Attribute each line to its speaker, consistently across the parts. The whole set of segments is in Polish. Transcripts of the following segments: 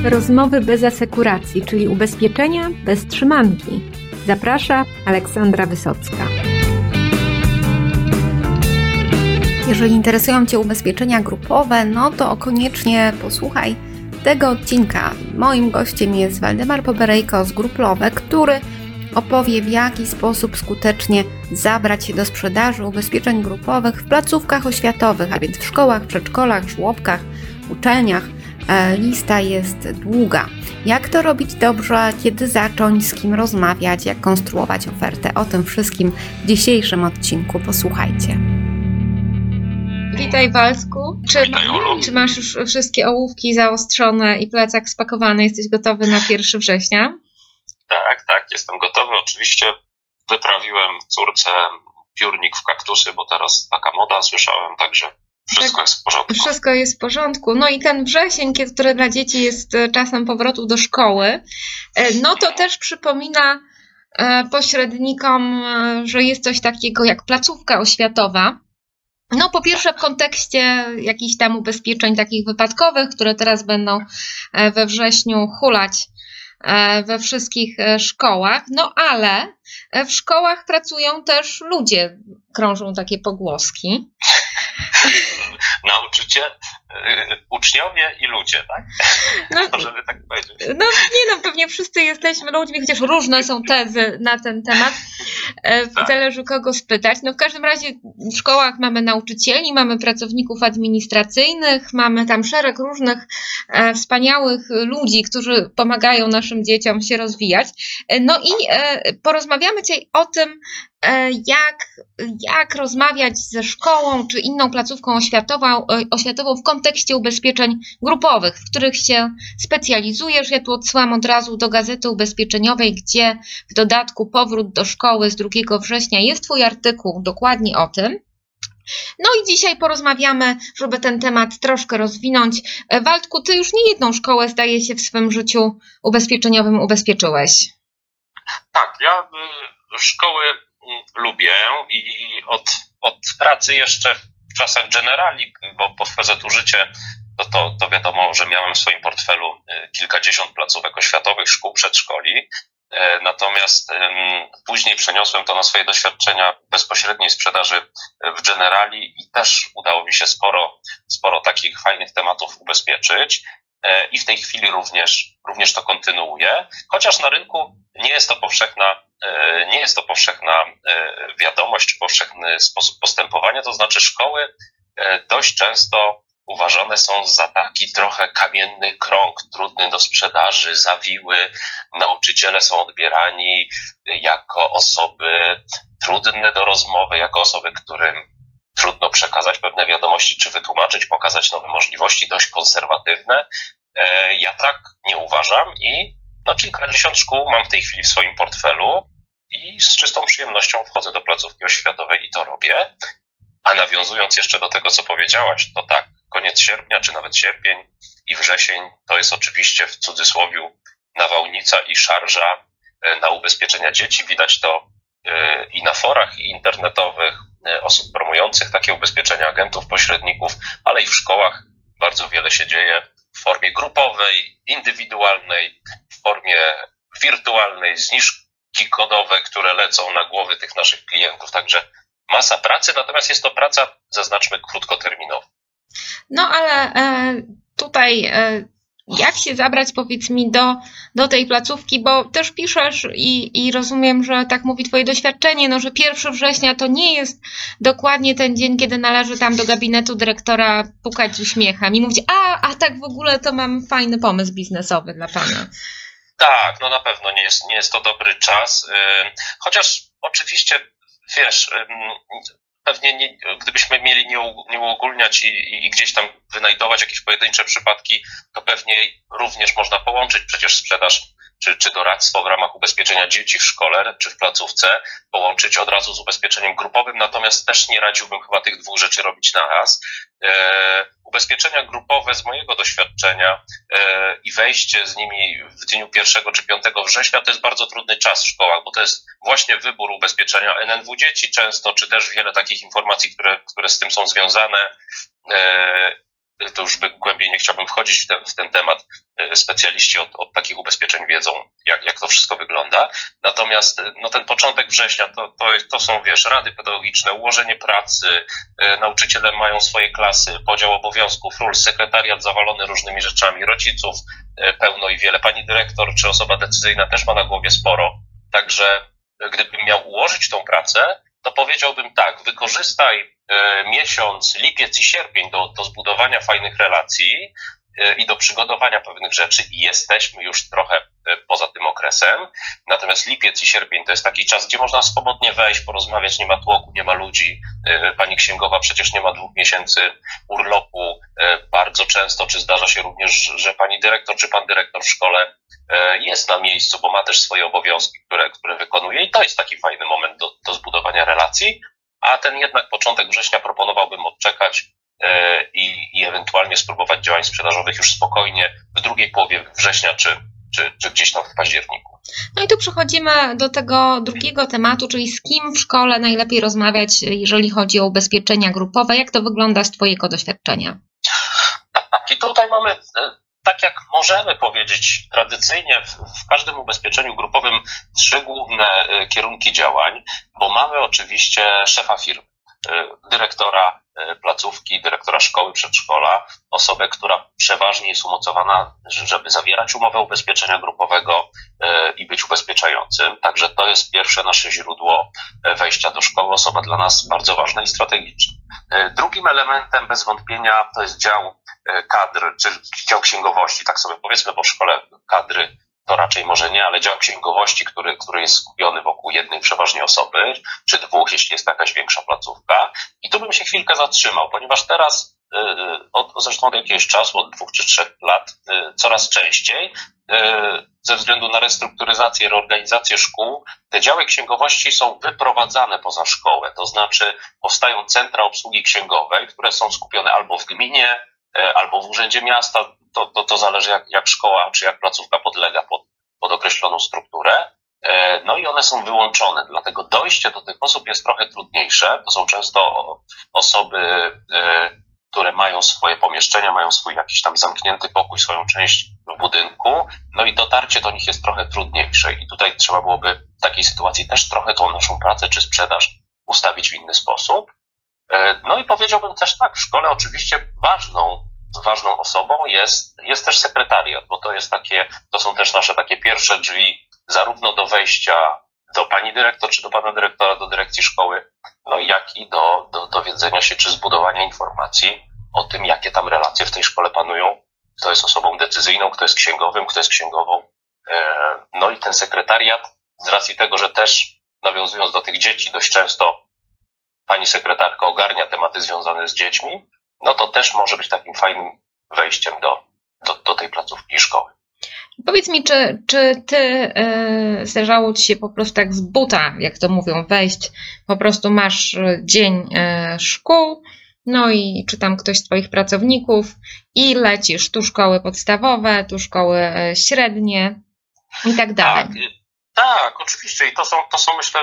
Speaker 1: Rozmowy bez asekuracji, czyli ubezpieczenia bez trzymanki. Zaprasza Aleksandra Wysocka. Jeżeli interesują Cię ubezpieczenia grupowe, no to koniecznie posłuchaj tego odcinka. Moim gościem jest Waldemar Poberejko z Gruplowe, który opowie, w jaki sposób skutecznie zabrać się do sprzedaży ubezpieczeń grupowych w placówkach oświatowych, a więc w szkołach, przedszkolach, żłobkach, uczelniach. Lista jest długa. Jak to robić dobrze, kiedy zacząć, z kim rozmawiać, jak konstruować ofertę. O tym wszystkim w dzisiejszym odcinku posłuchajcie. Witaj, Waldku. Czy masz już wszystkie ołówki zaostrzone i plecak spakowany? Jesteś gotowy na 1 września?
Speaker 2: Tak, jestem gotowy. Oczywiście wyprawiłem córce piórnik w kaktusy, bo teraz taka moda, słyszałem, także wszystko jest w porządku.
Speaker 1: Wszystko jest w porządku. No i ten wrzesień, który dla dzieci jest czasem powrotu do szkoły, no to też przypomina pośrednikom, że jest coś takiego jak placówka oświatowa. No po pierwsze w kontekście jakichś tam ubezpieczeń takich wypadkowych, które teraz będą we wrześniu hulać we wszystkich szkołach, no ale w szkołach pracują też ludzie, krążą takie pogłoski.
Speaker 2: Uczniowie i ludzie, tak?
Speaker 1: No,
Speaker 2: możemy tak powiedzieć.
Speaker 1: Pewnie wszyscy jesteśmy ludźmi, chociaż różne są tezy na ten temat. Zależy kogo spytać. No w każdym razie w szkołach mamy nauczycieli, mamy pracowników administracyjnych, mamy tam szereg różnych wspaniałych ludzi, którzy pomagają naszym dzieciom się rozwijać. No i porozmawiamy dzisiaj o tym, jak rozmawiać ze szkołą czy inną placówką oświatową w kontekście ubezpieczeń grupowych, w których się specjalizujesz. Ja tu odsyłam od razu do Gazety Ubezpieczeniowej, gdzie w dodatku Powrót do szkoły z 2 września jest Twój artykuł dokładnie o tym. No i dzisiaj porozmawiamy, żeby ten temat troszkę rozwinąć. Waldku, Ty już nie jedną szkołę, zdaje się, w swym życiu ubezpieczeniowym ubezpieczyłeś.
Speaker 2: Tak, ja szkoły lubię i od pracy jeszcze w czasach Generali, bo podchodzę tu życie, to wiadomo, że miałem w swoim portfelu kilkadziesiąt placówek oświatowych, szkół, przedszkoli. Natomiast później przeniosłem to na swoje doświadczenia bezpośredniej sprzedaży w Generali i też udało mi się sporo takich fajnych tematów ubezpieczyć. I w tej chwili również to kontynuuję, chociaż na rynku nie jest to powszechna wiadomość czy powszechny sposób postępowania, to znaczy szkoły dość często uważane są za taki trochę kamienny krąg, trudny do sprzedaży, zawiły. Nauczyciele są odbierani jako osoby trudne do rozmowy, jako osoby, którym trudno przekazać pewne wiadomości, czy wytłumaczyć, pokazać nowe możliwości, dość konserwatywne. Ja tak nie uważam i kilkadziesiąt szkół mam w tej chwili w swoim portfelu i z czystą przyjemnością wchodzę do placówki oświatowej i to robię. A nawiązując jeszcze do tego, co powiedziałaś, to tak, koniec sierpnia, czy nawet sierpień i wrzesień to jest oczywiście w cudzysłowiu nawałnica i szarża na ubezpieczenia dzieci. Widać to i na forach internetowych osób promujących takie ubezpieczenia, agentów, pośredników, ale i w szkołach bardzo wiele się dzieje w formie grupowej, indywidualnej, w formie wirtualnej, zniżki kodowe, które lecą na głowy tych naszych klientów. Także masa pracy, natomiast jest to praca, zaznaczmy, krótkoterminowa.
Speaker 1: No ale tutaj jak się zabrać, powiedz mi, do tej placówki, bo też piszesz i rozumiem, że tak mówi Twoje doświadczenie, no że 1 września to nie jest dokładnie ten dzień, kiedy należy tam do gabinetu dyrektora pukać z uśmiechem i mówić, a tak w ogóle to mam fajny pomysł biznesowy dla Pana.
Speaker 2: Tak, no na pewno nie jest to dobry czas, chociaż oczywiście, wiesz, pewnie gdybyśmy mieli nie uogólniać i gdzieś tam wynajdować jakieś pojedyncze przypadki, to pewnie również można połączyć przecież sprzedaż czy doradztwo w ramach ubezpieczenia dzieci w szkole czy w placówce, połączyć od razu z ubezpieczeniem grupowym, natomiast też nie radziłbym chyba tych dwóch rzeczy robić naraz. Ubezpieczenia grupowe z mojego doświadczenia i wejście z nimi w dniu 1 czy 5 września to jest bardzo trudny czas w szkołach, bo to jest właśnie wybór ubezpieczenia NNW dzieci często, czy też wiele takich informacji, które z tym są związane. to już głębiej nie chciałbym wchodzić w ten temat, specjaliści od takich ubezpieczeń wiedzą, jak to wszystko wygląda. Natomiast ten początek września to są, rady pedagogiczne, ułożenie pracy, nauczyciele mają swoje klasy, podział obowiązków, ról, sekretariat zawalony różnymi rzeczami, rodziców pełno i wiele. Pani dyrektor czy osoba decyzyjna też ma na głowie sporo. Także gdybym miał ułożyć tą pracę, to powiedziałbym tak, wykorzystaj miesiąc lipiec i sierpień do zbudowania fajnych relacji i do przygotowania pewnych rzeczy i jesteśmy już trochę poza tym okresem. Natomiast lipiec i sierpień to jest taki czas, gdzie można swobodnie wejść, porozmawiać, nie ma tłoku, nie ma ludzi. Pani księgowa przecież nie ma 2 miesięcy urlopu. Bardzo często, czy zdarza się również, że pani dyrektor czy pan dyrektor w szkole jest na miejscu, bo ma też swoje obowiązki, które wykonuje i to jest taki fajny moment do zbudowania relacji, a ten jednak początek września proponowałbym odczekać i ewentualnie spróbować działań sprzedażowych już spokojnie w drugiej połowie września czy gdzieś tam w październiku.
Speaker 1: No i tu przechodzimy do tego drugiego tematu, czyli z kim w szkole najlepiej rozmawiać, jeżeli chodzi o ubezpieczenia grupowe. Jak to wygląda z Twojego doświadczenia?
Speaker 2: Tak, i tutaj mamy, tak jak możemy powiedzieć tradycyjnie w każdym ubezpieczeniu grupowym, 3 główne kierunki działań, bo mamy oczywiście szefa firmy, dyrektora placówki, dyrektora szkoły, przedszkola, osobę, która przeważnie jest umocowana, żeby zawierać umowę ubezpieczenia grupowego i być ubezpieczającym. Także to jest pierwsze nasze źródło wejścia do szkoły, osoba dla nas bardzo ważna i strategiczna. Drugim elementem bez wątpienia to jest dział kadr, czy dział księgowości, tak sobie powiedzmy, bo w szkole kadry to raczej może nie, ale dział księgowości, który jest skupiony wokół jednej przeważnie osoby, czy 2, jeśli jest jakaś większa placówka. I tu bym się chwilkę zatrzymał, ponieważ teraz, zresztą od jakiegoś czasu, od 2 czy 3 lat, coraz częściej, ze względu na restrukturyzację, reorganizację szkół, te działy księgowości są wyprowadzane poza szkołę, to znaczy powstają centra obsługi księgowej, które są skupione albo w gminie, albo w urzędzie miasta, to zależy jak szkoła czy jak placówka podlega pod określoną strukturę. No i one są wyłączone, dlatego dojście do tych osób jest trochę trudniejsze. To są często osoby, które mają swoje pomieszczenia, mają swój jakiś tam zamknięty pokój, swoją część w budynku, no i dotarcie do nich jest trochę trudniejsze i tutaj trzeba byłoby w takiej sytuacji też trochę tą naszą pracę czy sprzedaż ustawić w inny sposób. No i powiedziałbym też tak, w szkole oczywiście ważną osobą jest też sekretariat, bo to są też nasze takie pierwsze drzwi, zarówno do wejścia do pani dyrektor, czy do pana dyrektora, do dyrekcji szkoły, no jak i do dowiedzenia się, czy zbudowania informacji o tym, jakie tam relacje w tej szkole panują, kto jest osobą decyzyjną, kto jest księgowym, kto jest księgową. No i ten sekretariat, z racji tego, że też nawiązując do tych dzieci, dość często pani sekretarka ogarnia tematy związane z dziećmi, no to też może być takim fajnym wejściem do tej placówki i szkoły.
Speaker 1: Powiedz mi, czy ty zdarzało ci się po prostu tak z buta, jak to mówią, wejść, po prostu masz dzień szkół, no i czy tam ktoś z twoich pracowników i lecisz tu szkoły podstawowe, tu szkoły średnie i tak dalej.
Speaker 2: Tak, oczywiście i to są myślę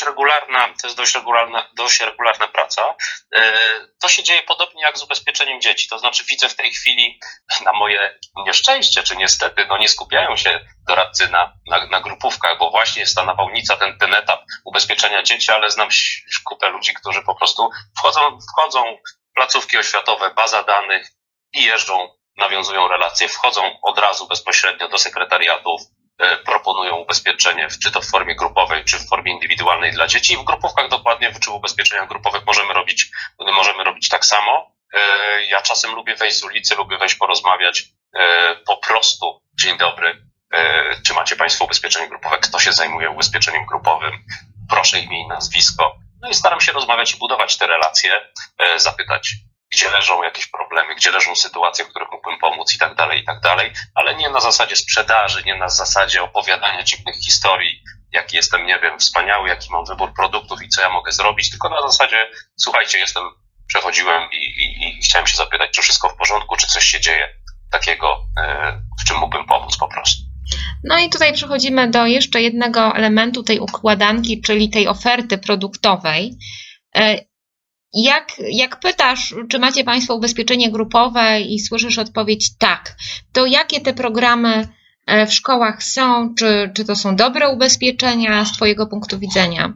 Speaker 2: to jest dość regularna praca. To się dzieje podobnie jak z ubezpieczeniem dzieci, to znaczy widzę w tej chwili na moje nieszczęście, czy niestety, nie skupiają się doradcy na grupówkach, bo właśnie jest ta nawałnica, ten etap ubezpieczenia dzieci, ale znam kupę ludzi, którzy po prostu wchodzą w placówki oświatowe, baza danych i jeżdżą, nawiązują relacje, wchodzą od razu bezpośrednio do sekretariatów, proponują ubezpieczenie, czy to w formie grupowej, czy w formie indywidualnej dla dzieci. W grupówkach dokładnie, czy w ubezpieczeniach grupowych możemy robić tak samo. Ja czasem lubię wejść z ulicy, lubię wejść porozmawiać, po prostu dzień dobry, czy macie Państwo ubezpieczenie grupowe, kto się zajmuje ubezpieczeniem grupowym, proszę imię i nazwisko. No i staram się rozmawiać i budować te relacje, zapytać, gdzie leżą jakieś problemy, gdzie leżą sytuacje, w których mógłbym pomóc i tak dalej, ale nie na zasadzie sprzedaży, nie na zasadzie opowiadania dziwnych historii, jaki jestem, wspaniały, jaki mam wybór produktów i co ja mogę zrobić, tylko na zasadzie, słuchajcie, przechodziłem i chciałem się zapytać, czy wszystko w porządku, czy coś się dzieje takiego, w czym mógłbym pomóc po prostu.
Speaker 1: No i tutaj przechodzimy do jeszcze jednego elementu tej układanki, czyli tej oferty produktowej. Jak pytasz, czy macie Państwo ubezpieczenie grupowe i słyszysz odpowiedź tak, to jakie te programy w szkołach są? Czy to są dobre ubezpieczenia z Twojego punktu widzenia?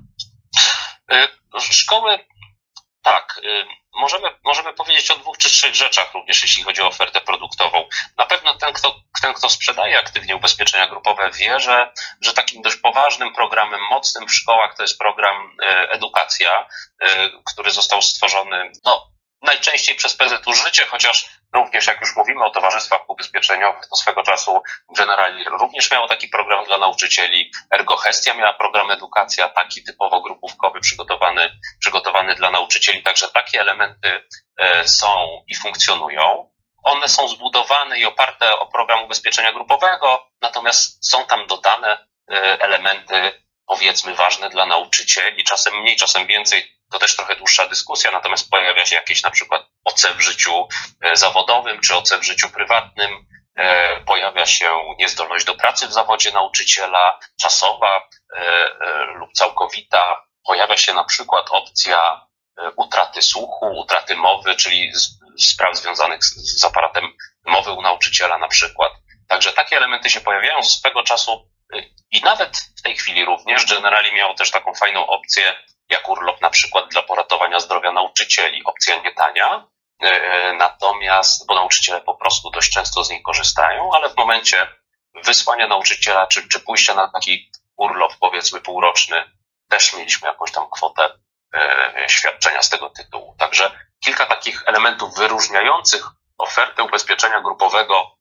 Speaker 2: Szkoły, tak. Możemy powiedzieć o 2 czy 3 rzeczach również, jeśli chodzi o ofertę produktową. Na pewno ten, kto sprzedaje aktywnie ubezpieczenia grupowe, wie, że takim dość poważnym programem, mocnym w szkołach to jest program Edukacja, który został stworzony najczęściej przez PZU Życie, chociaż również, jak już mówimy o towarzystwach ubezpieczeniowych, to swego czasu Generali również miało taki program dla nauczycieli. Ergo Hestia miała program Edukacja, taki typowo grupówkowy, przygotowany dla nauczycieli. Także takie elementy są i funkcjonują. One są zbudowane i oparte o program ubezpieczenia grupowego, natomiast są tam dodane elementy, powiedzmy, ważne dla nauczycieli. Czasem mniej, czasem więcej. To też trochę dłuższa dyskusja, natomiast pojawia się jakieś na przykład OC w życiu zawodowym czy OC w życiu prywatnym. Pojawia się niezdolność do pracy w zawodzie nauczyciela, czasowa lub całkowita. Pojawia się na przykład opcja utraty słuchu, utraty mowy, czyli spraw związanych z aparatem mowy u nauczyciela na przykład. Także takie elementy się pojawiają swego czasu i nawet w tej chwili również Generali miało też taką fajną opcję jak urlop na przykład dla poratowania zdrowia nauczycieli. Opcja nie tania, natomiast, bo nauczyciele po prostu dość często z niej korzystają, ale w momencie wysłania nauczyciela czy pójścia na taki urlop, powiedzmy półroczny, też mieliśmy jakąś tam kwotę świadczenia z tego tytułu. Także kilka takich elementów wyróżniających ofertę ubezpieczenia grupowego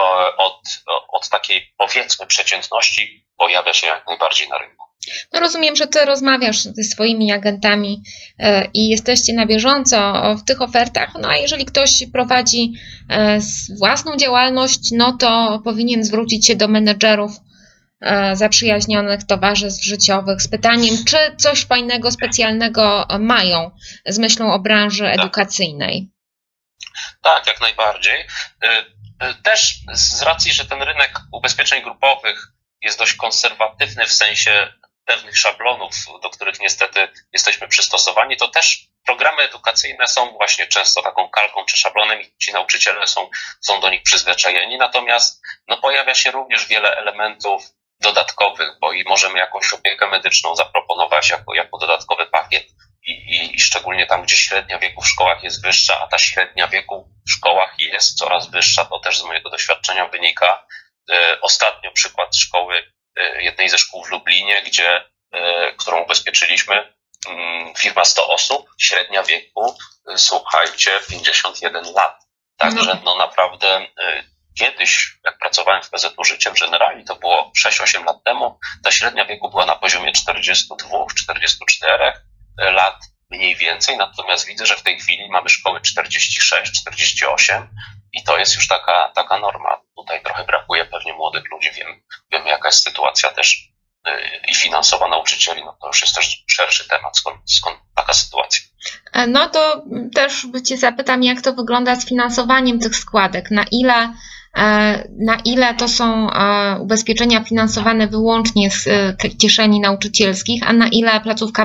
Speaker 2: od takiej, powiedzmy, przeciętności pojawia się jak najbardziej na rynku.
Speaker 1: No rozumiem, że Ty rozmawiasz ze swoimi agentami i jesteście na bieżąco w tych ofertach. No a jeżeli ktoś prowadzi własną działalność, no to powinien zwrócić się do menedżerów zaprzyjaźnionych towarzystw życiowych z pytaniem, czy coś fajnego, specjalnego mają z myślą o branży edukacyjnej.
Speaker 2: Tak, jak najbardziej. Też z racji, że ten rynek ubezpieczeń grupowych jest dość konserwatywny w sensie pewnych szablonów, do których niestety jesteśmy przystosowani, to też programy edukacyjne są właśnie często taką kalką czy szablonem i ci nauczyciele są do nich przyzwyczajeni. Natomiast pojawia się również wiele elementów dodatkowych, bo i możemy jakąś opiekę medyczną zaproponować jako dodatkowy pakiet i szczególnie tam, gdzie średnia wieku w szkołach jest wyższa, a ta średnia wieku w szkołach jest coraz wyższa, to też z mojego doświadczenia wynika. Ostatnio przykład szkoły, jednej ze szkół w Lublinie, którą ubezpieczyliśmy, firma 100 osób, średnia wieku, słuchajcie, 51 lat. Także naprawdę kiedyś, jak pracowałem w PZU Życie w Generali, to było 6-8 lat temu, ta średnia wieku była na poziomie 42-44 lat mniej więcej, natomiast widzę, że w tej chwili mamy szkoły 46-48 i to jest już taka norma. Tutaj trochę brakuje pewnie młodych ludzi, wiemy jaka jest sytuacja też i finansowa nauczycieli, to już jest też szerszy temat, skąd taka sytuacja.
Speaker 1: No to też Cię zapytam, jak to wygląda z finansowaniem tych składek, na ile to są ubezpieczenia finansowane wyłącznie z kieszeni nauczycielskich, a na ile placówka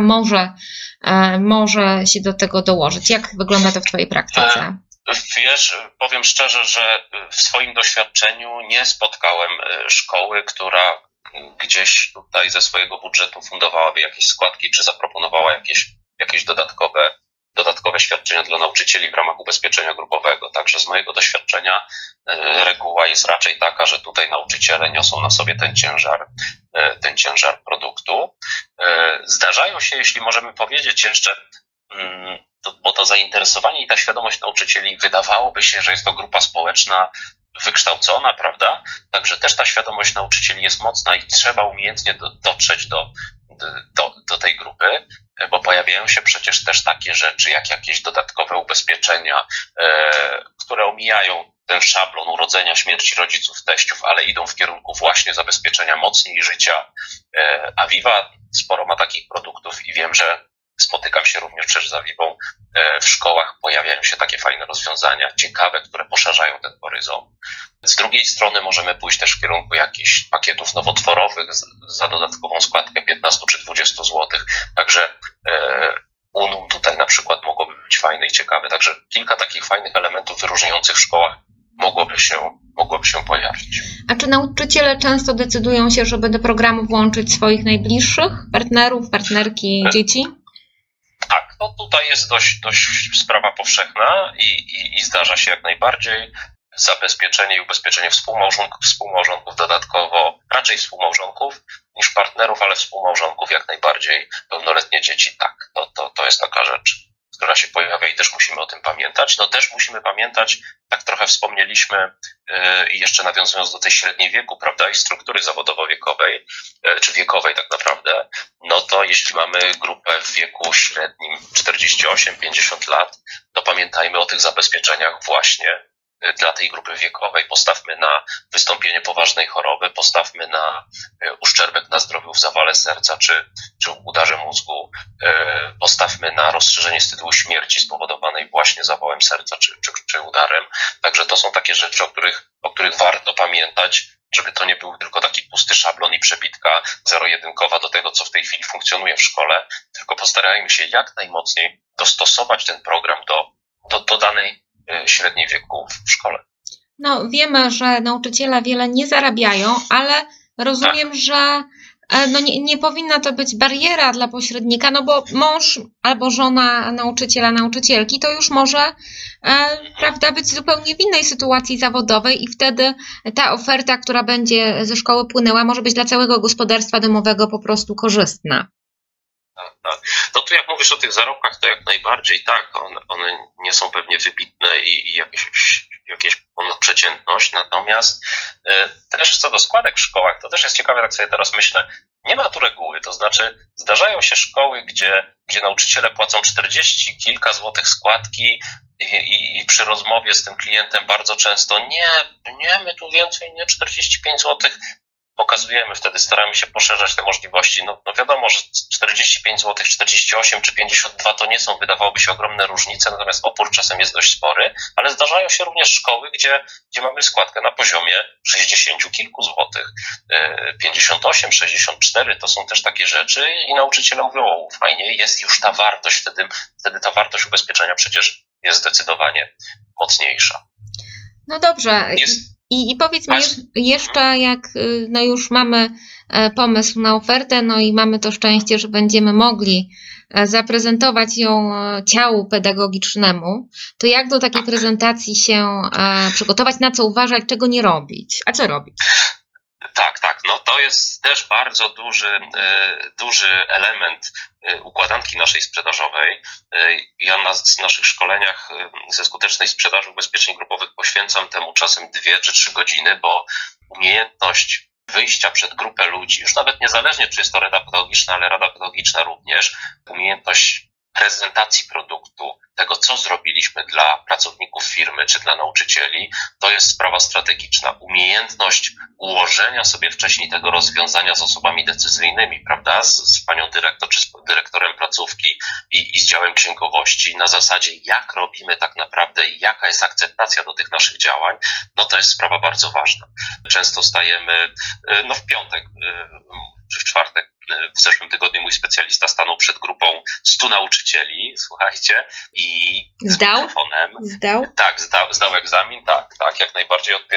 Speaker 1: może się do tego dołożyć. Jak wygląda to w Twojej praktyce?
Speaker 2: Wiesz, powiem szczerze, że w swoim doświadczeniu nie spotkałem szkoły, która gdzieś tutaj ze swojego budżetu fundowałaby jakieś składki, czy zaproponowała jakieś dodatkowe świadczenia dla nauczycieli w ramach ubezpieczenia grupowego. Także z mojego doświadczenia reguła jest raczej taka, że tutaj nauczyciele niosą na sobie ten ciężar produktu. Zdarzają się, jeśli możemy powiedzieć jeszcze, bo to zainteresowanie i ta świadomość nauczycieli, wydawałoby się, że jest to grupa społeczna wykształcona, prawda? Także też ta świadomość nauczycieli jest mocna i trzeba umiejętnie dotrzeć do tej grupy, bo pojawiają się przecież też takie rzeczy, jak jakieś dodatkowe ubezpieczenia, które omijają ten szablon urodzenia, śmierci rodziców, teściów, ale idą w kierunku właśnie zabezpieczenia mocniej życia. Aviva sporo ma takich produktów i wiem, że spotykam się również przecież z Avivą. W szkołach pojawiają się takie fajne rozwiązania, ciekawe, które poszerzają ten horyzont. Z drugiej strony możemy pójść też w kierunku jakichś pakietów nowotworowych za dodatkową składkę 15 czy 20 zł. Także Unum tutaj na przykład mogłoby być fajne i ciekawe. Także kilka takich fajnych elementów wyróżniających w szkołach mogłoby się pojawić.
Speaker 1: A czy nauczyciele często decydują się, żeby do programu włączyć swoich najbliższych partnerów, partnerki, dzieci?
Speaker 2: Tak, no tutaj jest dość sprawa powszechna i zdarza się jak najbardziej. Zabezpieczenie i ubezpieczenie współmałżonków dodatkowo, raczej współmałżonków niż partnerów, ale współmałżonków jak najbardziej. Pełnoletnie dzieci, tak, to jest taka rzecz, która się pojawia i też musimy o tym pamiętać. No też musimy pamiętać, tak trochę wspomnieliśmy i jeszcze nawiązując do tej średniej wieku, prawda, i struktury zawodowo-wiekowej, czy wiekowej tak naprawdę, no to jeśli mamy grupę w wieku średnim 48-50 lat, to pamiętajmy o tych zabezpieczeniach właśnie dla tej grupy wiekowej. Postawmy na wystąpienie poważnej choroby, postawmy na uszczerbek na zdrowiu w zawale serca czy udarze mózgu, postawmy na rozszerzenie z tytułu śmierci spowodowanej właśnie zawałem serca czy udarem. Także to są takie rzeczy, o których warto pamiętać, żeby to nie był tylko taki pusty szablon i przebitka zero-jedynkowa do tego, co w tej chwili funkcjonuje w szkole, tylko postarajmy się jak najmocniej dostosować ten program do danej średniej wieku w szkole.
Speaker 1: No wiemy, że nauczyciele wiele nie zarabiają, ale rozumiem, że no nie powinna to być bariera dla pośrednika, no bo mąż albo żona nauczyciela, nauczycielki to już może prawda, być zupełnie w innej sytuacji zawodowej i wtedy ta oferta, która będzie ze szkoły płynęła, może być dla całego gospodarstwa domowego po prostu korzystna.
Speaker 2: Tak. No tu jak mówisz o tych zarobkach, to jak najbardziej tak, one nie są pewnie wybitne i jakieś ponadprzeciętność, natomiast też co do składek w szkołach, to też jest ciekawe, tak sobie teraz myślę, nie ma tu reguły, to znaczy zdarzają się szkoły, gdzie nauczyciele płacą 40 kilka złotych składki i przy rozmowie z tym klientem bardzo często nie, my tu więcej, nie 45 złotych. Pokazujemy wtedy, staramy się poszerzać te możliwości. No wiadomo, że 45 zł, 48 czy 52 to nie są, wydawałoby się, ogromne różnice, natomiast opór czasem jest dość spory, ale zdarzają się również szkoły, gdzie mamy składkę na poziomie 60 kilku złotych. 58, 64 to są też takie rzeczy i nauczyciele mówią, o fajnie, jest już ta wartość, wtedy ta wartość ubezpieczenia przecież jest zdecydowanie mocniejsza.
Speaker 1: No dobrze. I powiedz mi jeszcze, jak no już mamy pomysł na ofertę, no i mamy to szczęście, że będziemy mogli zaprezentować ją ciału pedagogicznemu, to jak do takiej prezentacji się przygotować, na co uważać, czego nie robić, a co robić?
Speaker 2: Tak. No to jest też bardzo duży element układanki naszej sprzedażowej. Ja na naszych szkoleniach ze skutecznej sprzedaży ubezpieczeń grupowych poświęcam temu czasem 2 czy 3 godziny, bo umiejętność wyjścia przed grupę ludzi, już nawet niezależnie czy jest to rada pedagogiczna, ale rada pedagogiczna również, umiejętność prezentacji produktu, tego co zrobiliśmy dla pracowników firmy czy dla nauczycieli, to jest sprawa strategiczna. Umiejętność ułożenia sobie wcześniej tego rozwiązania z osobami decyzyjnymi, prawda, z panią dyrektor czy z dyrektorem placówki i z działem księgowości na zasadzie jak robimy tak naprawdę i jaka jest akceptacja do tych naszych działań, no to jest sprawa bardzo ważna. Często stajemy, no w piątek czy w czwartek, w zeszłym tygodniu mój specjalista stanął przed grupą 100 nauczycieli, słuchajcie, i z mikrofonem.
Speaker 1: Zdał?
Speaker 2: Tak, zdał egzamin, tak, jak najbardziej od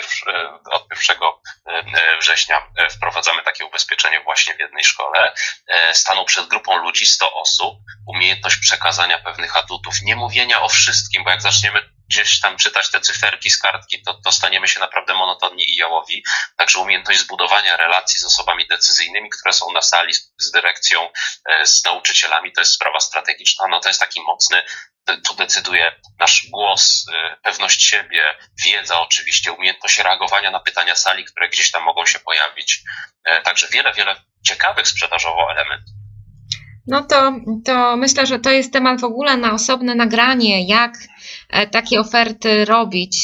Speaker 2: 1 września wprowadzamy takie ubezpieczenie właśnie w jednej szkole. Stanął przed grupą ludzi, 100 osób, umiejętność przekazania pewnych atutów, nie mówienia o wszystkim, bo jak zaczniemy gdzieś tam czytać te cyferki z kartki, to staniemy się naprawdę monotonni i jałowi. Także umiejętność zbudowania relacji z osobami decyzyjnymi, które są na sali, z dyrekcją, z nauczycielami, to jest sprawa strategiczna. No to jest taki mocny, tu decyduje nasz głos, pewność siebie, wiedza oczywiście, umiejętność reagowania na pytania sali, które gdzieś tam mogą się pojawić. Także wiele ciekawych sprzedażowo elementów.
Speaker 1: No to myślę, że to jest temat w ogóle na osobne nagranie, jak takie oferty robić,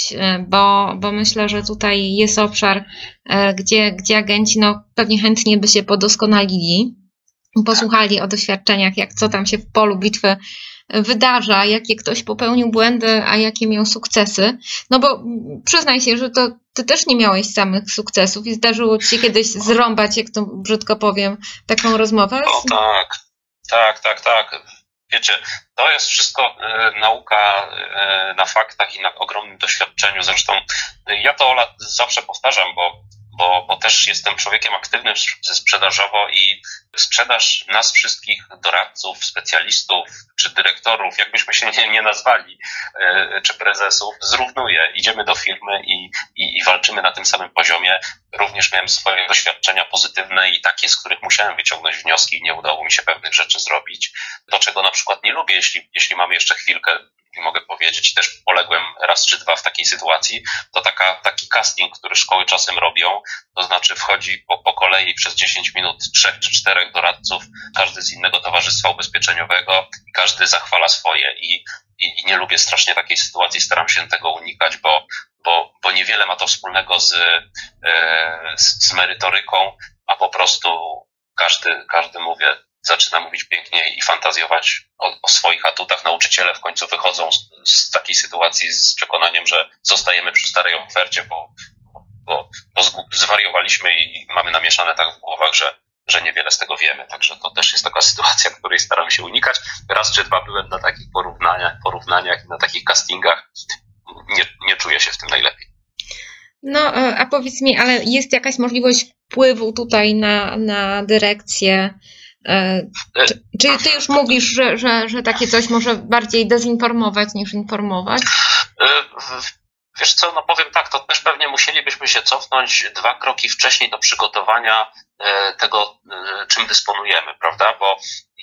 Speaker 1: bo myślę, że tutaj jest obszar, gdzie agenci no, pewnie chętnie by się podoskonalili, posłuchali o doświadczeniach, co tam się w polu bitwy wydarza, jakie ktoś popełnił błędy, a jakie miał sukcesy. No bo przyznaj się, że to ty też nie miałeś samych sukcesów i zdarzyło ci się kiedyś zrąbać, jak to brzydko powiem, taką rozmowę?
Speaker 2: O tak. wiecie, to jest wszystko nauka na faktach i na ogromnym doświadczeniu. Zresztą ja to, Ola, zawsze powtarzam, bo też jestem człowiekiem aktywnym sprzedażowo i sprzedaż nas wszystkich doradców, specjalistów czy dyrektorów, jakbyśmy się nie nazwali, czy prezesów, zrównuje. Idziemy do firmy i walczymy na tym samym poziomie. Również miałem swoje doświadczenia pozytywne i takie, z których musiałem wyciągnąć wnioski i nie udało mi się pewnych rzeczy zrobić. To, czego na przykład nie lubię, jeśli mamy jeszcze chwilkę, mogę powiedzieć, też poległem raz czy dwa w takiej sytuacji, to taki casting, który szkoły czasem robią, to znaczy wchodzi po kolei przez 10 minut 3 czy 4 doradców, każdy z innego towarzystwa ubezpieczeniowego i każdy zachwala swoje i nie lubię strasznie takiej sytuacji, staram się tego unikać, bo niewiele ma to wspólnego z merytoryką, a po prostu każdy zaczyna mówić pięknie i fantazjować o swoich atutach. Nauczyciele w końcu wychodzą z takiej sytuacji z przekonaniem, że zostajemy przy starej ofercie, bo zwariowaliśmy i mamy namieszane tak w głowach, że niewiele z tego wiemy. Także to też jest taka sytuacja, której staram się unikać. Raz czy dwa byłem na takich porównaniach i na takich castingach. Nie czuję się w tym najlepiej.
Speaker 3: No, a powiedz mi, ale jest jakaś możliwość wpływu tutaj na dyrekcję? Czy ty już mówisz, że takie coś może bardziej dezinformować niż informować?
Speaker 2: Wiesz co, no powiem tak, to też pewnie musielibyśmy się cofnąć 2 kroki wcześniej do przygotowania tego, czym dysponujemy, prawda? Bo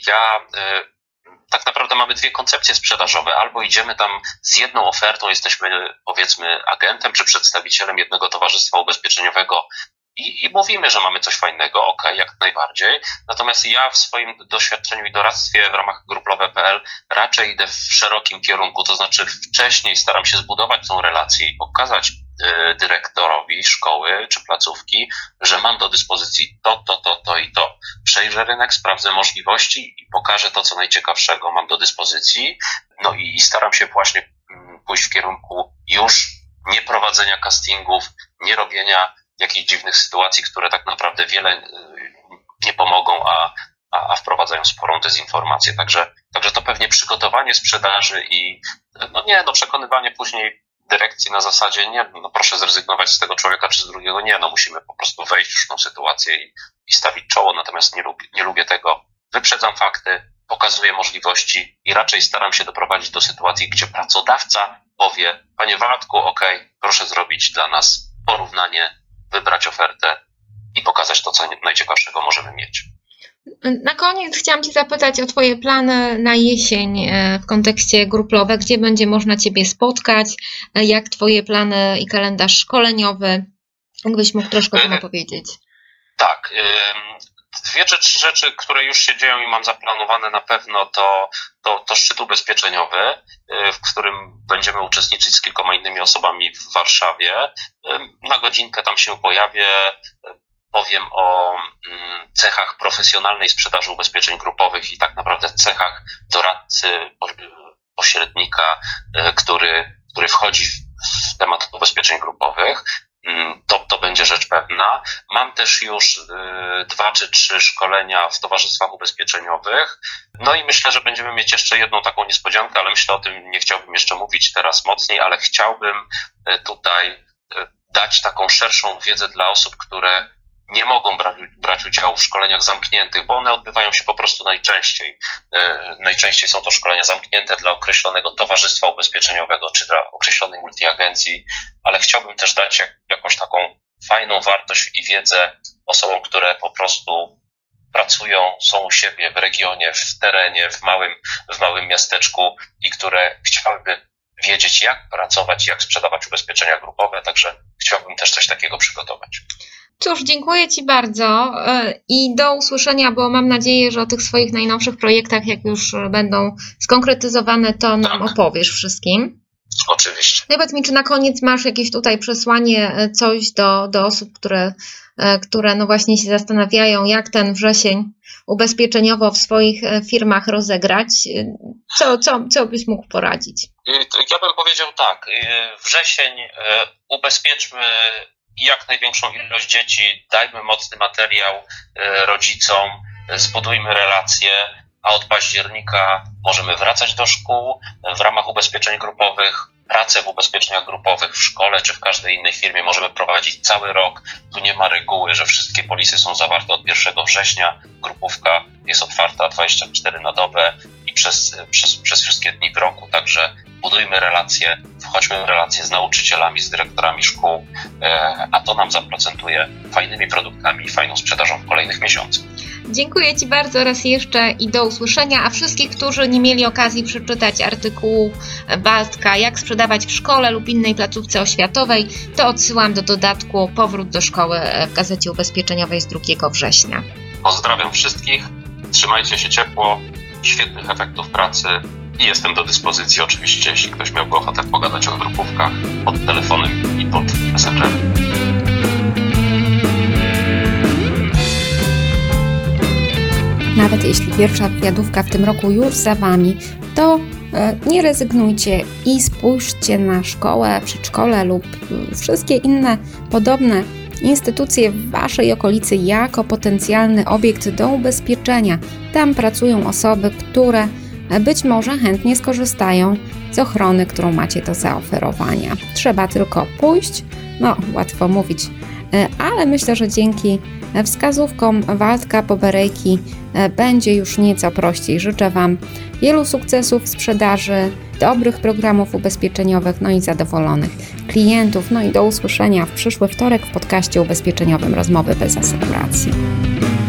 Speaker 2: tak naprawdę mamy 2 koncepcje sprzedażowe. Albo idziemy tam z jedną ofertą, jesteśmy powiedzmy agentem czy przedstawicielem jednego towarzystwa ubezpieczeniowego i mówimy, że mamy coś fajnego, okej, jak najbardziej. Natomiast ja w swoim doświadczeniu i doradztwie w ramach gruplowe.pl raczej idę w szerokim kierunku, to znaczy wcześniej staram się zbudować tą relację i pokazać dyrektorowi szkoły czy placówki, że mam do dyspozycji to i to. Przejrzę rynek, sprawdzę możliwości i pokażę to, co najciekawszego mam do dyspozycji. No i staram się właśnie pójść w kierunku już nie prowadzenia castingów, nie robienia jakichś dziwnych sytuacji, które tak naprawdę wiele nie pomogą, a wprowadzają sporą dezinformację. Także to pewnie przygotowanie sprzedaży i przekonywanie później dyrekcji na zasadzie proszę zrezygnować z tego człowieka czy z drugiego. Musimy po prostu wejść w tą sytuację i stawić czoło, natomiast nie lubię tego. Wyprzedzam fakty, pokazuję możliwości i raczej staram się doprowadzić do sytuacji, gdzie pracodawca powie: panie Waldku, proszę zrobić dla nas porównanie, wybrać ofertę i pokazać to, co najciekawszego możemy mieć.
Speaker 3: Na koniec chciałam Cię zapytać o Twoje plany na jesień w kontekście gruplowe. Gdzie będzie można Ciebie spotkać? Jak Twoje plany i kalendarz szkoleniowy? Jakbyś mógł troszkę o tym opowiedzieć?
Speaker 2: Tak. 2 czy 3 rzeczy, które już się dzieją i mam zaplanowane na pewno, to szczyt ubezpieczeniowy, w którym będziemy uczestniczyć z kilkoma innymi osobami w Warszawie. Na godzinkę tam się pojawię. Powiem o cechach profesjonalnej sprzedaży ubezpieczeń grupowych i tak naprawdę cechach doradcy, pośrednika, który wchodzi w temat ubezpieczeń grupowych. To będzie rzecz pewna. Mam też już 2 czy 3 szkolenia w towarzystwach ubezpieczeniowych. No i myślę, że będziemy mieć jeszcze jedną taką niespodziankę, ale myślę o tym, nie chciałbym jeszcze mówić teraz mocniej, ale chciałbym tutaj dać taką szerszą wiedzę dla osób, które nie mogą brać udziału w szkoleniach zamkniętych, bo one odbywają się po prostu najczęściej. Najczęściej są to szkolenia zamknięte dla określonego towarzystwa ubezpieczeniowego czy dla określonej multiagencji, ale chciałbym też dać jakąś taką fajną wartość i wiedzę osobom, które po prostu pracują, są u siebie w regionie, w terenie, w małym miasteczku i które chciałyby wiedzieć, jak pracować, jak sprzedawać ubezpieczenia grupowe, także chciałbym też coś takiego przygotować.
Speaker 3: Cóż, dziękuję Ci bardzo i do usłyszenia, bo mam nadzieję, że o tych swoich najnowszych projektach, jak już będą skonkretyzowane, to nam opowiesz wszystkim.
Speaker 2: Oczywiście.
Speaker 3: No i powiedz mi, czy na koniec masz jakieś tutaj przesłanie, coś do osób, które no właśnie się zastanawiają, jak ten wrzesień ubezpieczeniowo w swoich firmach rozegrać? Co byś mógł poradzić?
Speaker 2: Ja bym powiedział tak, wrzesień ubezpieczmy jak największą ilość dzieci, dajmy mocny materiał rodzicom, zbudujmy relacje, a od października możemy wracać do szkół w ramach ubezpieczeń grupowych. Pracę w ubezpieczeniach grupowych w szkole czy w każdej innej firmie możemy prowadzić cały rok. Tu nie ma reguły, że wszystkie polisy są zawarte od 1 września. Grupówka jest otwarta 24 na dobę i przez wszystkie dni w roku. Także budujmy relacje, wchodźmy w relacje z nauczycielami, z dyrektorami szkół, a to nam zaprocentuje fajnymi produktami i fajną sprzedażą w kolejnych miesiącach.
Speaker 3: Dziękuję Ci bardzo raz jeszcze i do usłyszenia, a wszystkich, którzy nie mieli okazji przeczytać artykułu Waldka Jak sprzedawać w szkole lub innej placówce oświatowej, to odsyłam do dodatku Powrót do szkoły w Gazecie Ubezpieczeniowej z 2 września.
Speaker 2: Pozdrawiam wszystkich, trzymajcie się ciepło, świetnych efektów pracy i jestem do dyspozycji oczywiście, jeśli ktoś miałby ochotę pogadać o grupówkach pod telefonem i pod messengerem.
Speaker 1: Nawet jeśli pierwsza wywiadówka w tym roku już za Wami, to nie rezygnujcie i spójrzcie na szkołę, przedszkole lub wszystkie inne podobne instytucje w Waszej okolicy jako potencjalny obiekt do ubezpieczenia. Tam pracują osoby, które być może chętnie skorzystają z ochrony, którą macie do zaoferowania. Trzeba tylko pójść, łatwo mówić, ale myślę, że dzięki wskazówkom Waldka Boberejki będzie już nieco prościej. Życzę Wam wielu sukcesów w sprzedaży, dobrych programów ubezpieczeniowych, i zadowolonych klientów. I do usłyszenia w przyszły wtorek w podcaście ubezpieczeniowym Rozmowy bez asekuracji.